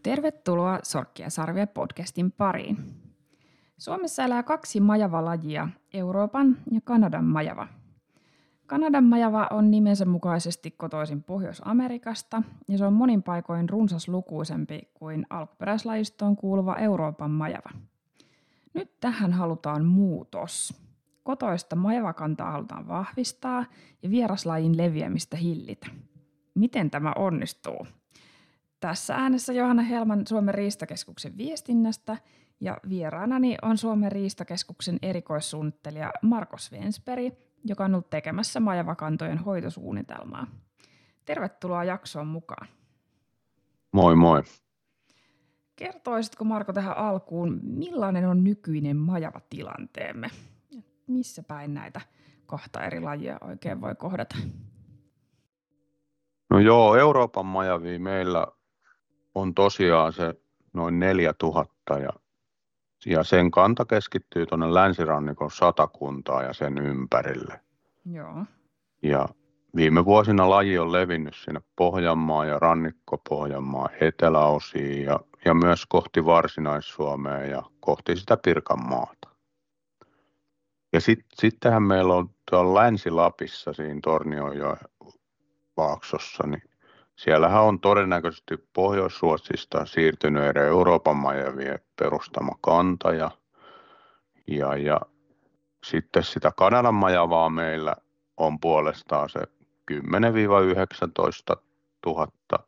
Tervetuloa Sorkki ja Sarvia podcastin pariin. Suomessa elää 2 majavalajia, Euroopan ja Kanadan majava. Kanadan majava on nimensä mukaisesti kotoisin Pohjois-Amerikasta ja se on monin paikoin runsaslukuisempi kuin alkuperäislajistoon kuuluva Euroopan majava. Nyt tähän halutaan muutos. Kotoista majavakantaa halutaan vahvistaa ja vieraslajin leviämistä hillitä. Miten tämä onnistuu? Tässä äänessä Johanna Helman Suomen riistakeskuksen viestinnästä ja vieraanani on Suomen riistakeskuksen erikoissuunnittelija Marko Svensberg, joka on ollut tekemässä majavakantojen hoitosuunnitelmaa. Tervetuloa jaksoon mukaan. Moi moi. Kertoisitko Marko tähän alkuun, millainen on nykyinen majavatilanteemme? Missä päin näitä 2 eri lajia oikein voi kohdata? No joo, Euroopan majavia meillä on tosiaan se noin 4000 ja sen kanta keskittyy tuonne länsirannikon Satakuntaan ja sen ympärille. Joo. Ja viime vuosina laji on levinnyt sinne Pohjanmaan ja rannikko-Pohjanmaan eteläosiin ja myös kohti Varsinais-Suomea ja kohti sitä Pirkanmaata. Ja sittenhän meillä on tuolla Länsi-Lapissa siinä Tornionjoen laaksossa, niin siellähän on todennäköisesti Pohjois-Ruotsista siirtyneiden Euroopan majavien perustama kanta ja sitten sitä Kanadan majavaa meillä on puolestaan se 10 000 – 19 000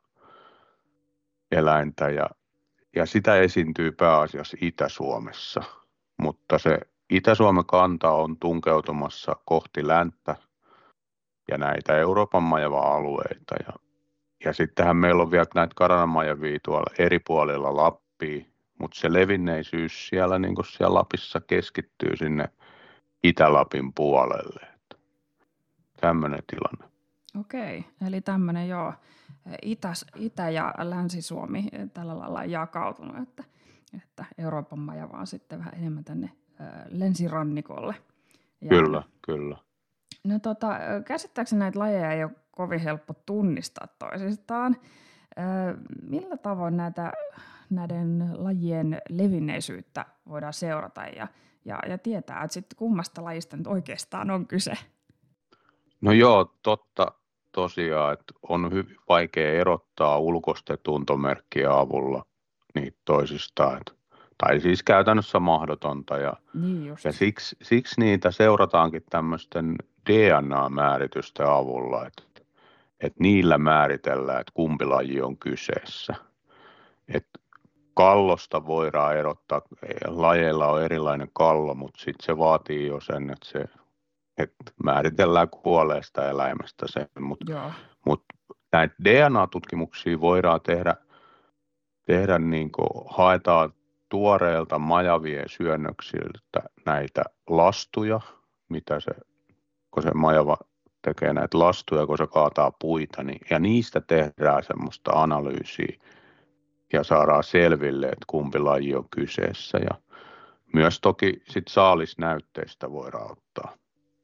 eläintä ja sitä esiintyy pääasiassa Itä-Suomessa, mutta se Itä-Suomen kanta on tunkeutumassa kohti länttä ja näitä Euroopan majava-alueita ja sittenhän meillä on vielä näitä Kanadan majavia tuolla eri puolilla Lappia, mutta se levinneisyys siellä, niin kuin siellä Lapissa keskittyy sinne Itä-Lapin puolelle. Tämmöinen tilanne. Okei, eli tämmöinen joo, Itä- ja Länsi-Suomi tällä lailla jakautunut, että Euroopan majava on sitten vähän enemmän tänne länsirannikolle. Kyllä. No käsittääkseni näitä lajeja ei ole kovin helppo tunnistaa toisistaan. Millä tavoin näiden lajien levinneisyyttä voidaan seurata ja tietää, että sitten kummasta lajista nyt oikeastaan on kyse? No joo, totta tosiaan, että on hyvin vaikea erottaa ulkoisten tuntomerkkien avulla niitä toisistaan. Tai siis käytännössä mahdotonta ja siksi niitä seurataankin tämmöisten DNA-määritysten avulla, että niillä määritellään, että kumpi laji on kyseessä. Että kallosta voidaan erottaa, lajeilla on erilainen kallo, mutta sitten se vaatii jo sen, että määritellään kuolleesta eläimestä sen. Mutta näitä DNA-tutkimuksia voidaan tehdä niin kuin haetaan tuoreelta majavien syönnöksiltä näitä lastuja, kun se majava tekee näitä lastuja, kun se kaataa puita, ja niistä tehdään semmoista analyysiä ja saadaan selville, että kumpi laji on kyseessä. Ja myös toki sit saalisnäytteistä voidaan ottaa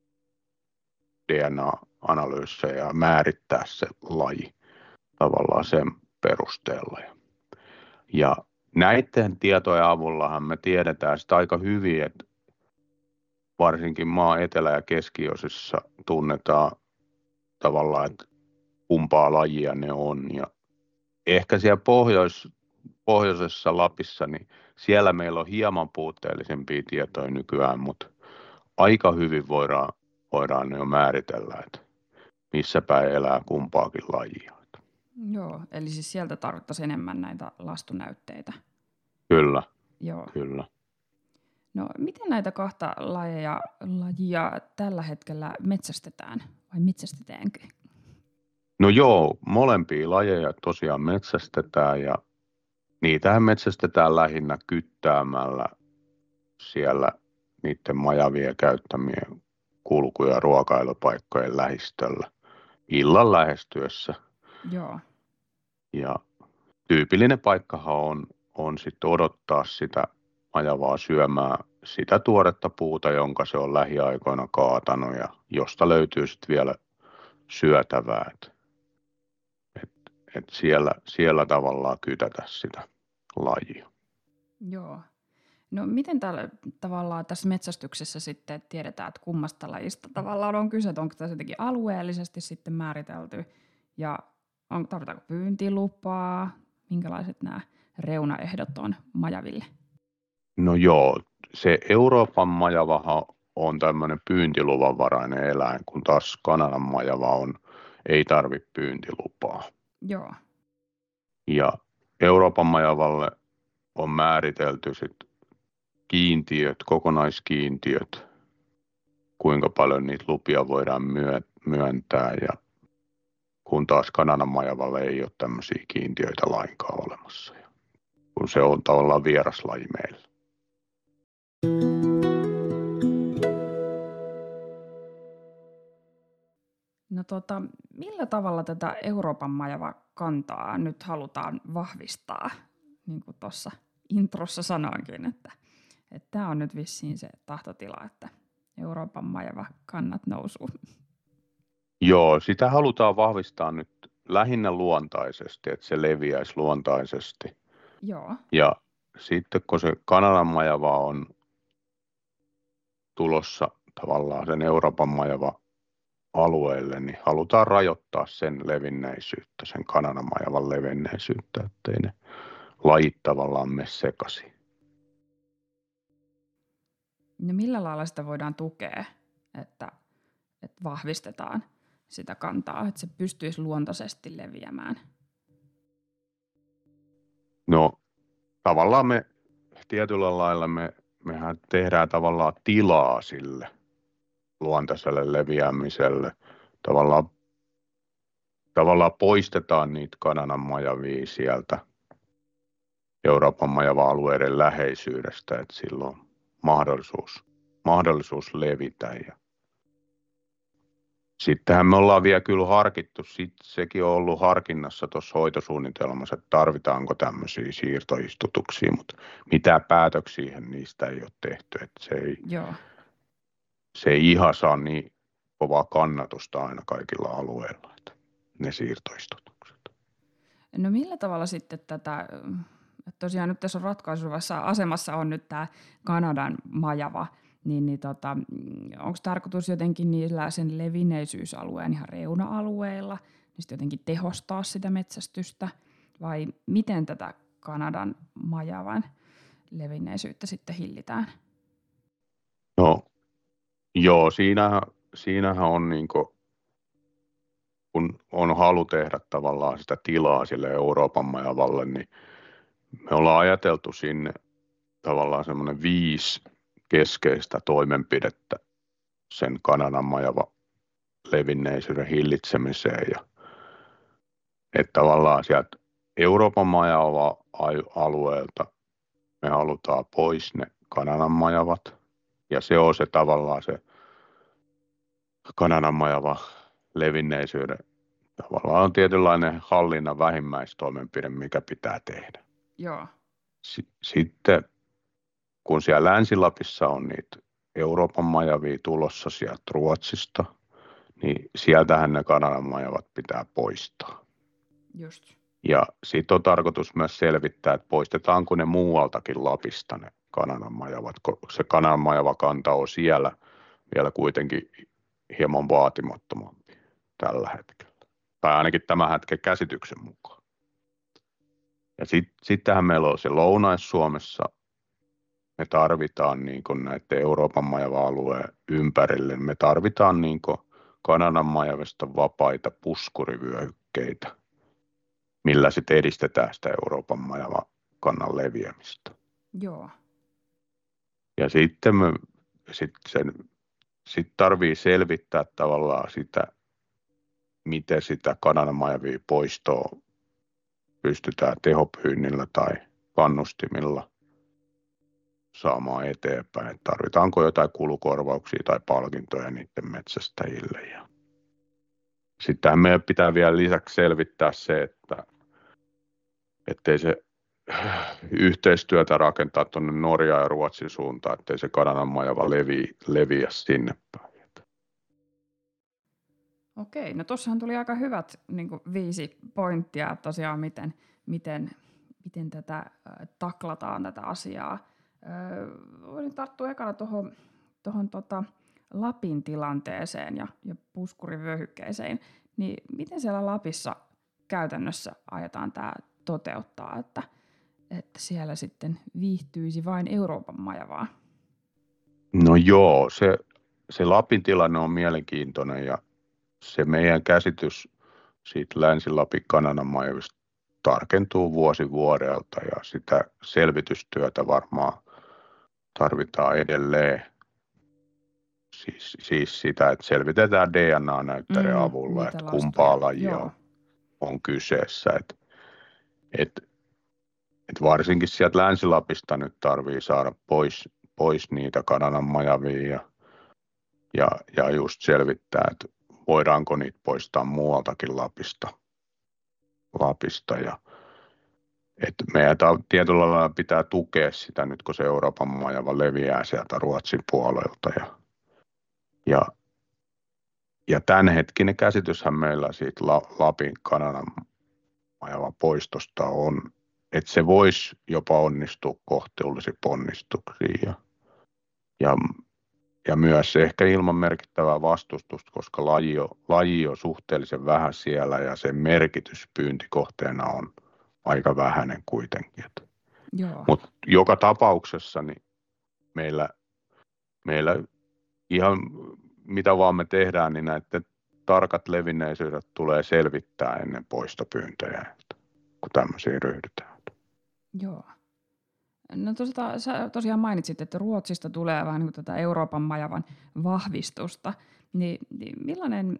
DNA-analyysejä ja määrittää se laji tavallaan sen perusteella. Ja näiden tietojen avullahan me tiedetään sitä aika hyvin, että varsinkin maan etelä- ja keskiosissa tunnetaan tavallaan, että kumpaa lajia ne on. Ja ehkä siellä pohjoisessa Lapissa, niin siellä meillä on hieman puutteellisempia tietoja nykyään, mutta aika hyvin voidaan jo määritellä, että missä päin elää kumpaakin lajia. Joo, eli siis sieltä tarvittaisiin enemmän näitä lastunäytteitä. Kyllä, Joo. Kyllä. No miten näitä 2 lajia tällä hetkellä metsästetään vai metsästetäänkö? No joo, molempia lajeja tosiaan metsästetään ja niitähän metsästetään lähinnä kyttäämällä siellä niiden majavien käyttämien kulku- ja ruokailupaikkojen lähistöllä illan lähestyessä. Joo. Ja tyypillinen paikkahan on sitten odottaa sitä majavaa syömään sitä tuoretta puuta, jonka se on lähiaikoina kaatanut ja josta löytyy sitten vielä syötävää. Et siellä tavallaan kytätä sitä laji. Joo. No miten tavallaan tässä metsästyksessä sitten tiedetään, että kummasta lajista tavallaan on kyse, että onko tässä jotenkin alueellisesti sitten määritelty ja tarvitaanko pyyntilupaa, minkälaiset nämä reunaehdot on majaville? No joo, se Euroopan majavahan on tämmöinen pyyntiluvanvarainen eläin, kun taas Kanadan majava ei tarvitse pyyntilupaa. Joo. Ja Euroopan majavalle on määritelty sit kiintiöt, kokonaiskiintiöt, kuinka paljon niitä lupia voidaan myöntää, ja kun taas Kanadan majavalle ei ole tämmöisiä kiintiöitä lainkaan olemassa, kun se on tavallaan vieraslaji meillä. No millä tavalla tätä Euroopan majavakantaa nyt halutaan vahvistaa, niin kuin tuossa introssa sanoinkin, että tämä on nyt vissiin se tahtotila, että Euroopan majakannat nousuu. Joo, sitä halutaan vahvistaa nyt lähinnä luontaisesti, että se leviäisi luontaisesti. Joo. Ja sitten kun se Kanadan majava on tulossa tavallaan sen Euroopan majava alueelle, niin halutaan rajoittaa sen levinneisyyttä, sen Kanadan majavan levinneisyyttä, ettei ne lajit tavallaan mene sekaisin. No millä lailla sitä voidaan tukea, että vahvistetaan sitä kantaa, että se pystyisi luontaisesti leviämään? No tavallaan me tietyllä lailla mehän tehdään tavallaan tilaa sille luontaiselle leviämiselle. Tavallaan poistetaan niitä Kanadan majavia sieltä Euroopan majava-alueiden läheisyydestä, että silloin on mahdollisuus levitä. Ja sittenhän me ollaan vielä kyllä harkittu, sekin on ollut harkinnassa tuossa hoitosuunnitelmassa, että tarvitaanko tämmöisiä siirtoistutuksia, mutta mitään päätöksiä niistä ei ole tehty, että se ei ihan saa niin kovaa kannatusta aina kaikilla alueilla, että ne siirtoistutukset. No millä tavalla sitten tätä, tosiaan nyt tässä on ratkaisuvassa asemassa on nyt tämä Kanadan majava, niin onko tarkoitus jotenkin niillä sen levinneisyysalueen ihan reuna-alueilla, niin sitten jotenkin tehostaa sitä metsästystä, vai miten tätä Kanadan majavan levinneisyyttä sitten hillitään? No joo, siinähän on kun on halu tehdä tavallaan sitä tilaa sille Euroopan majavalle, niin me ollaan ajateltu sinne tavallaan semmoinen 5 keskeistä toimenpidettä sen Kanadan majava levinneisyyden hillitsemiseen. Ja että tavallaan sieltä Euroopan majava alueelta me halutaan pois ne Kanadan majavat. Ja se on se tavallaan se Kanadan majava levinneisyyden tavallaan on tietynlainen hallinnan vähimmäistoimenpide, mikä pitää tehdä. Joo. Sitten kun siellä Länsi-Lapissa on niitä Euroopan majavia tulossa sieltä Ruotsista, niin sieltähän ne Kanadan majavat pitää poistaa. Just. Ja sitten on tarkoitus myös selvittää, että poistetaanko ne muualtakin Lapista ne Kanadan majavat, koska se Kanadan majavakanta on siellä vielä kuitenkin hieman vaatimattomampi tällä hetkellä. Tai ainakin tämän hetken käsityksen mukaan. Ja sittenhän meillä on se Lounais-Suomessa, me tarvitaan näiden Euroopan majava-alueen ympärille, me tarvitaan Kanadan majavista vapaita puskurivyöhykkeitä, millä sitten edistetään sitä Euroopan majavakannan leviämistä. Joo. Ja sitten tarvii selvittää tavallaan sitä, miten sitä Kanadan majavia poistoa pystytään tehopyynnillä tai kannustimilla saamaan eteenpäin. Tarvitaanko jotain kulukorvauksia tai palkintoja niiden metsästäjille. Sittenhän meidän pitää vielä lisäksi selvittää se, ettei se yhteistyötä rakentaa tuonne Norjaan ja Ruotsin suuntaan, ettei se Kanadan majava leviä sinne päin. Okei, no tuossahan tuli aika hyvät 5 pointtia tosiaan, miten miten tätä taklataan tätä asiaa. Voin tarttua ekana tuohon Lapin tilanteeseen ja puskurivyöhykkeeseen. Niin miten siellä Lapissa käytännössä aiotaan tämä toteuttaa, että siellä sitten viihtyisi vain Euroopan majavaa? No joo, se Lapin tilanne on mielenkiintoinen ja se meidän käsitys siitä Länsi-Lapin Kanadan majavista tarkentuu vuosi vuodelta ja sitä selvitystyötä varmaan tarvitaan edelleen. Siis sitä, että selvitetään DNA-näytteiden avulla, että kumpaa lajia on kyseessä. Et varsinkin sieltä Länsi-Lapista nyt tarvii saada pois niitä Kanadan majavia ja just selvittää, että voidaanko niitä poistaa muualtakin Lapista ja että meidän tietyllä lailla pitää tukea sitä nyt, kun se Euroopan majava leviää sieltä Ruotsin puolelta ja tämänhetkinen käsityshän meillä siitä Lapin Kanadan majavan poistosta on, että se voisi jopa onnistua kohtuullisin ponnistuksiin ja myös ehkä ilman merkittävää vastustusta, koska laji on suhteellisen vähän siellä ja sen merkitys pyyntikohteena on aika vähäinen kuitenkin. Mutta joka tapauksessa niin meillä ihan mitä vaan me tehdään, niin näiden tarkat levinneisyydet tulee selvittää ennen poistopyyntöjä, kun tämmöisiin ryhdytään. Joo. No sä tosiaan mainitsit, että Ruotsista tulee vähän niin kuin tätä Euroopan majavan vahvistusta. Niin millainen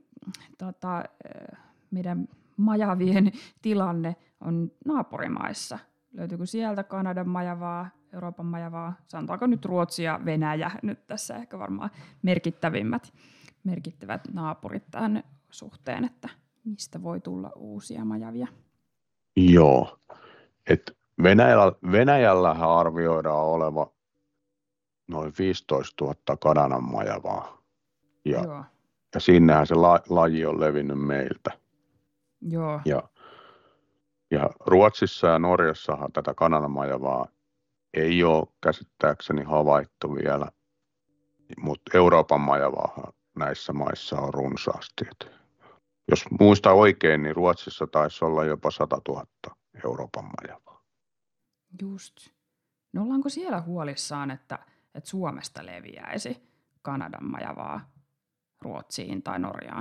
meidän majavien tilanne on naapurimaissa? Löytyykö sieltä Kanadan majavaa, Euroopan majavaa? Sanotaanko nyt Ruotsi ja Venäjä nyt tässä ehkä varmaan merkittävät naapurit tähän suhteen, että mistä voi tulla uusia majavia? Joo, että Venäjällähän arvioidaan oleva noin 15 000 Kanadan majavaa ja sinnehän se laji on levinnyt meiltä. Joo. Ja Ruotsissa ja Norjassahan tätä Kanadan majavaa ei ole käsittääkseni havaittu vielä, mutta Euroopan majavaa näissä maissa on runsaasti. Jos muistan oikein, niin Ruotsissa taisi olla jopa 100 000 Euroopan majavaa. Just. No ollaanko siellä huolissaan, että Suomesta leviäisi Kanadan majavaa Ruotsiin tai Norjaan?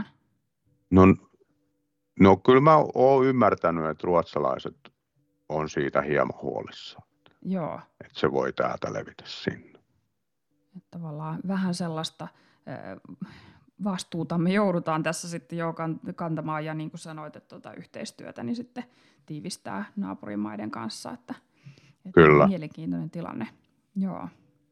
No kyllä mä oon ymmärtänyt, että ruotsalaiset on siitä hieman huolissaan. Joo. Että se voi täältä levitä sinne. Että tavallaan vähän sellaista vastuuta me joudutaan tässä sitten jo kantamaan ja niin kuin sanoit, että yhteistyötä niin sitten tiivistää naapurimaiden kanssa, että kyllä. Mielenkiintoinen tilanne. Joo.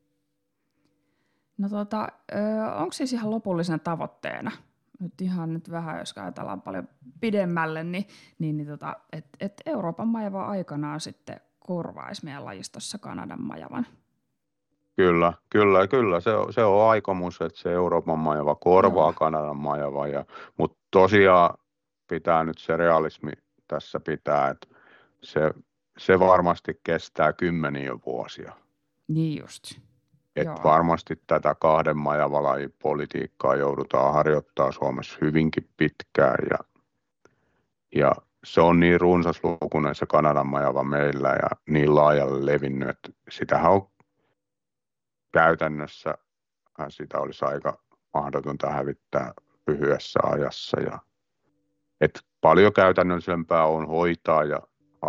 No onko siis ihan lopullisena tavoitteena, nyt vähän jos ajatellaan paljon pidemmälle, että Euroopan majava aikanaan sitten korvaisi meidän lajistossa Kanadan majavan? Kyllä. Se on aikomus, että se Euroopan majava korvaa Kanadan majava, mutta tosiaan pitää nyt se realismi tässä pitää, että se varmasti kestää kymmeniä vuosia. Niin just. Että varmasti tätä kahden majavalajin politiikkaa joudutaan harjoittaa Suomessa hyvinkin pitkään ja se on niin runsaslukuinen se Kanadan majava meillä ja niin laajalle levinnyt, että sitähän on käytännössä sitä olisi aika mahdotonta hävittää lyhyessä ajassa. Paljon käytännöllisempää on hoitaa ja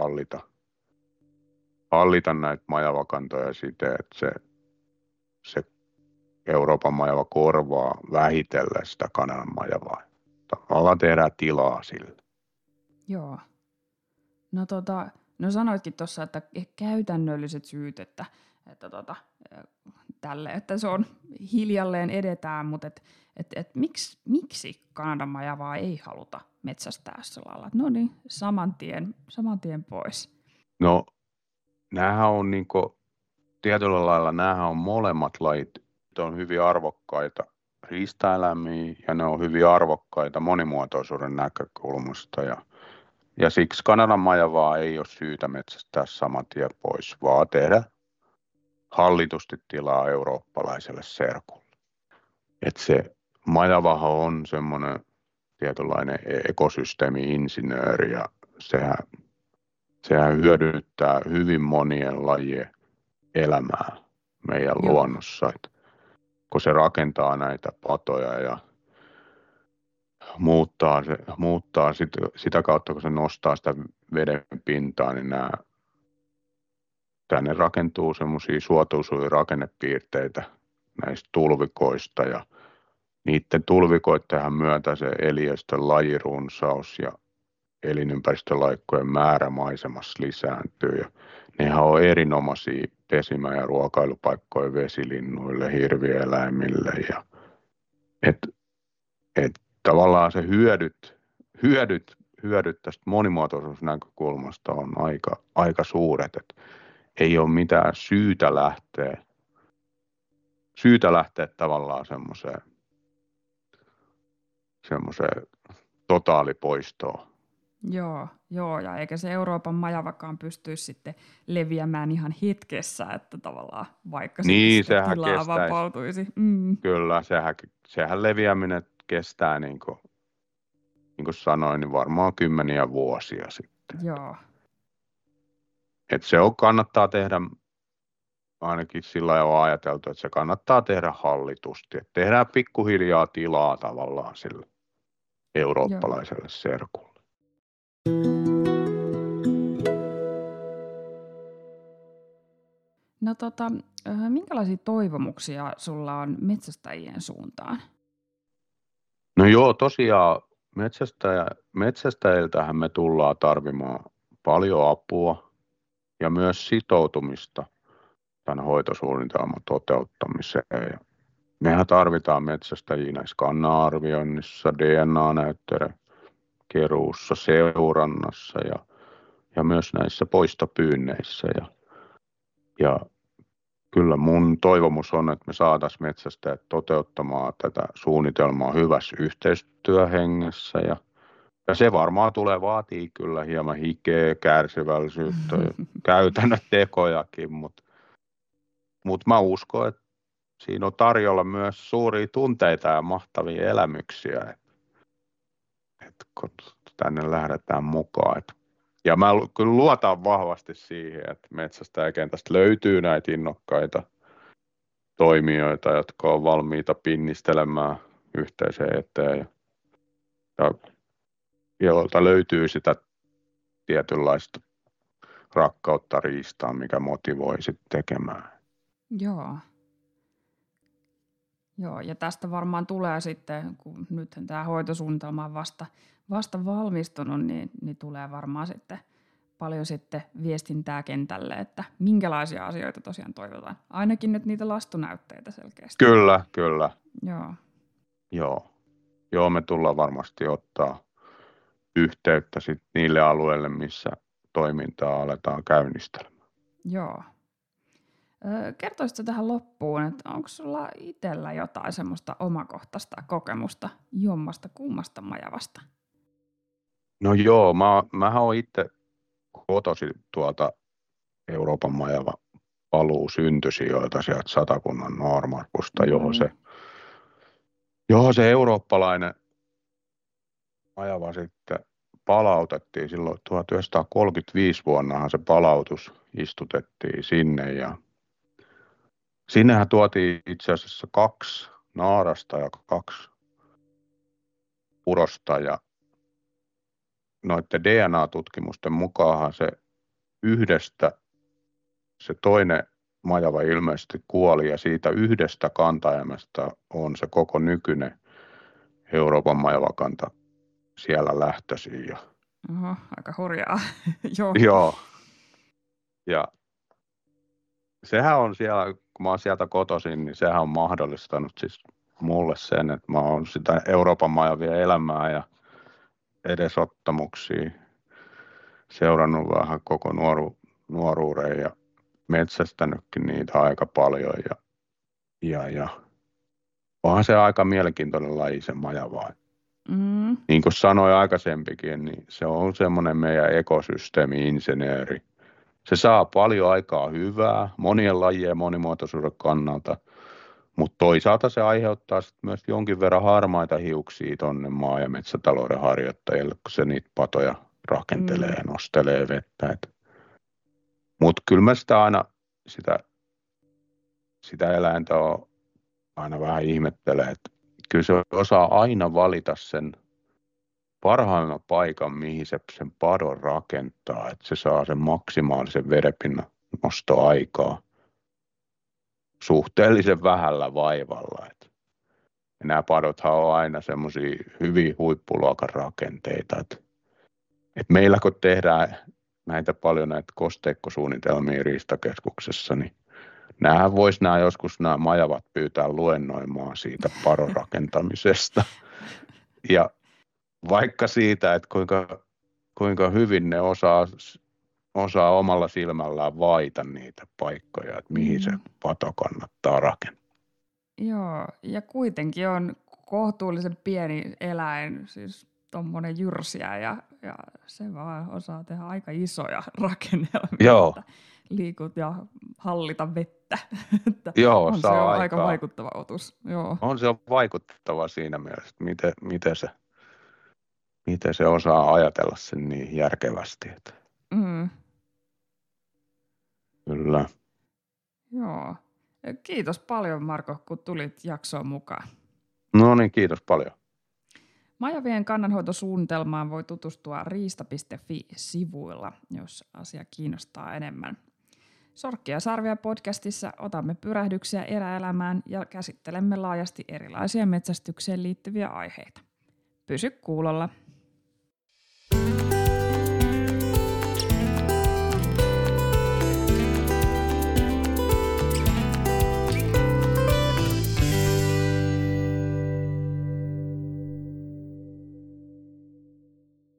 hallita näitä majavakantoja siten, että se Euroopan majava korvaa vähitellen sitä Kanadan majavaa. Tavallaan tehdään tilaa sille. Joo. No sanoitkin tuossa, että käytännölliset syyt, että tälle, että se on hiljalleen edetään, mutta miksi Kanadan majavaa ei haluta metsästää sillä lailla? No niin, saman tien pois. No, näähän on tietyllä lailla näähän on molemmat lajit, on hyvin arvokkaita riistaeläimiä ja ne on hyvin arvokkaita monimuotoisuuden näkökulmasta Ja siksi Kanadan majavaa ei ole syytä metsästää saman tien pois, vaan tehdä hallitusti tilaa eurooppalaiselle serkulle. Et se majavahan on semmoinen tietynlainen ekosysteemi-insinööri ja sehän hyödyttää hyvin monien lajien elämää meidän Joo, luonnossa. Et kun se rakentaa näitä patoja ja muuttaa sitä kautta, kun se nostaa sitä veden pintaa, niin tänne rakentuu semmoisia suotuisuja rakennepiirteitä näistä tulvikoista ja niiden tulvikoiden myötä se eliöstön lajirunsaus ja elinympäristölaikkojen määrä maisemassa lisääntyy. Ja nehän on erinomaisia pesimä- ja ruokailupaikkoja vesilinnuille, hirvieläimille. Et, tavallaan se hyödyt tästä monimuotoisuusnäkökulmasta on aika suuret. Et ei ole mitään syytä lähteä tavallaan semmoiseen totaalipoistoon. joo, ja eikä se Euroopan majavakaan pystyisi sitten leviämään ihan hetkessä, että tavallaan vaikka sinne Niin, sitä sehän tilaa kestäisi. vapautuisi. Kyllä, sehän leviäminen kestää, niin kuin sanoin, niin varmaan kymmeniä vuosia sitten. Joo, Kannattaa tehdä, ainakin sillä lailla on ajateltu, että se kannattaa tehdä hallitusti. Et tehdään pikkuhiljaa tilaa tavallaan sille joo. eurooppalaiselle serkulle. No minkälaisia toivomuksia sulla on metsästäjien suuntaan? No joo, tosiaan metsästäjiltähän me tullaan tarvimaan paljon apua ja myös sitoutumista tämän hoitosuunnitelman toteuttamiseen. Ja mehän tarvitaan metsästäjiä näissä kannan-arvioinnissa, DNA-näytteiden keruussa, seurannassa ja myös näissä poistopyynneissä. Ja kyllä mun toivomus on, että me saataisiin metsästäjät toteuttamaan tätä suunnitelmaa hyvässä yhteistyöhengessä. Ja se varmaan vaatii kyllä hieman hikeä, kärsivällisyyttä ja käytännön tekojakin, mutta mä uskon, että siinä on tarjolla myös suuria tunteita ja mahtavia elämyksiä, että kun tänne lähdetään mukaan. Ja mä kyllä luotan vahvasti siihen, että metsästäjäkentästä löytyy näitä innokkaita toimijoita, jotka on valmiita pinnistelemään yhteiseen eteen ja joilta löytyy sitä tietynlaista rakkautta riistaan, mikä motivoi sitten tekemään. Joo. Joo, ja tästä varmaan tulee sitten, kun nyt tämä hoitosuunnitelma on vasta valmistunut, niin tulee varmaan sitten paljon sitten viestintää kentälle, että minkälaisia asioita tosiaan toivotaan. Ainakin nyt niitä lastunäytteitä selkeästi. Kyllä. Joo, me tullaan varmasti ottaa yhteyttä sitten niille alueille, missä toimintaa aletaan käynnistelemään. Joo. Kertoisitko tähän loppuun, että onko sulla itsellä jotain semmoista omakohtaista kokemusta jommasta kummasta majavasta? No joo, mähän olen itse kotoisin tuolta Euroopan majava paluu syntysijoilta sieltä Satakunnan Noormarkusta, johon se eurooppalainen majava sitten palautettiin silloin 1935 vuonnahan se palautus istutettiin sinne ja sinnehän tuotiin itse asiassa 2 naarasta ja 2 purosta ja noiden DNA-tutkimusten mukaan se toinen majava ilmeisesti kuoli ja siitä yhdestä kantaimesta on se koko nykyinen Euroopan majavakanta siellä lähtöisin. Oho, aika hurjaa. Joo. Ja sehän on siellä, kun mä oon sieltä kotoisin, niin sehän on mahdollistanut siis mulle sen, että mä oon sitä Euroopan majavia elämää ja edesottamuksia seurannut vähän koko nuoruuden ja metsästänytkin niitä aika paljon ja onhan se aika mielenkiintoinen laji se majava. Niin kuin sanoin aikaisempikin, niin se on semmoinen meidän ekosysteemi-insinööri. Se saa paljon aikaa hyvää monien lajien monimuotoisuuden kannalta, mutta toisaalta se aiheuttaa sit myös jonkin verran harmaita hiuksia tuonne maa- ja metsätalouden harjoittajille, kun se niitä patoja rakentelee ja nostelee vettä. Mutta kyllä mä sitä aina, sitä eläintä on aina vähän ihmettelee, että kyllä se osaa aina valita sen parhaimman paikan, mihin se sen padon rakentaa, että se saa sen maksimaalisen vedenpinnan nostoaikaa suhteellisen vähällä vaivalla. Ja nämä padothan on aina semmoisia hyvin huippuluokan rakenteita. Että meillä kun tehdään paljon näitä kosteikkosuunnitelmia Riistakeskuksessa, niin nämä joskus nämä majavat pyytää luennoimaan siitä padon rakentamisesta. Ja vaikka siitä, että kuinka hyvin ne osaa omalla silmällään vaita niitä paikkoja, että mihin se pato kannattaa rakentaa. Joo, ja kuitenkin on kohtuullisen pieni eläin, siis tommonen jyrsiä, ja se vaan osaa tehdä aika isoja rakennelmia, Joo. että liikut ja hallita vettä. Joo, on se saa jo aikaa. aika vaikuttava otus. Joo. On se vaikuttava siinä mielessä, miten se osaa ajatella sen niin järkevästi. Kyllä. Joo. Kiitos paljon, Marko, kun tulit jaksoon mukaan. No niin, kiitos paljon. Majavien kannanhoitosuunnitelmaan voi tutustua riista.fi-sivuilla, jos asia kiinnostaa enemmän. Sorkkia ja sarvia podcastissa otamme pyrähdyksiä eräelämään ja käsittelemme laajasti erilaisia metsästykseen liittyviä aiheita. Pysy kuulolla.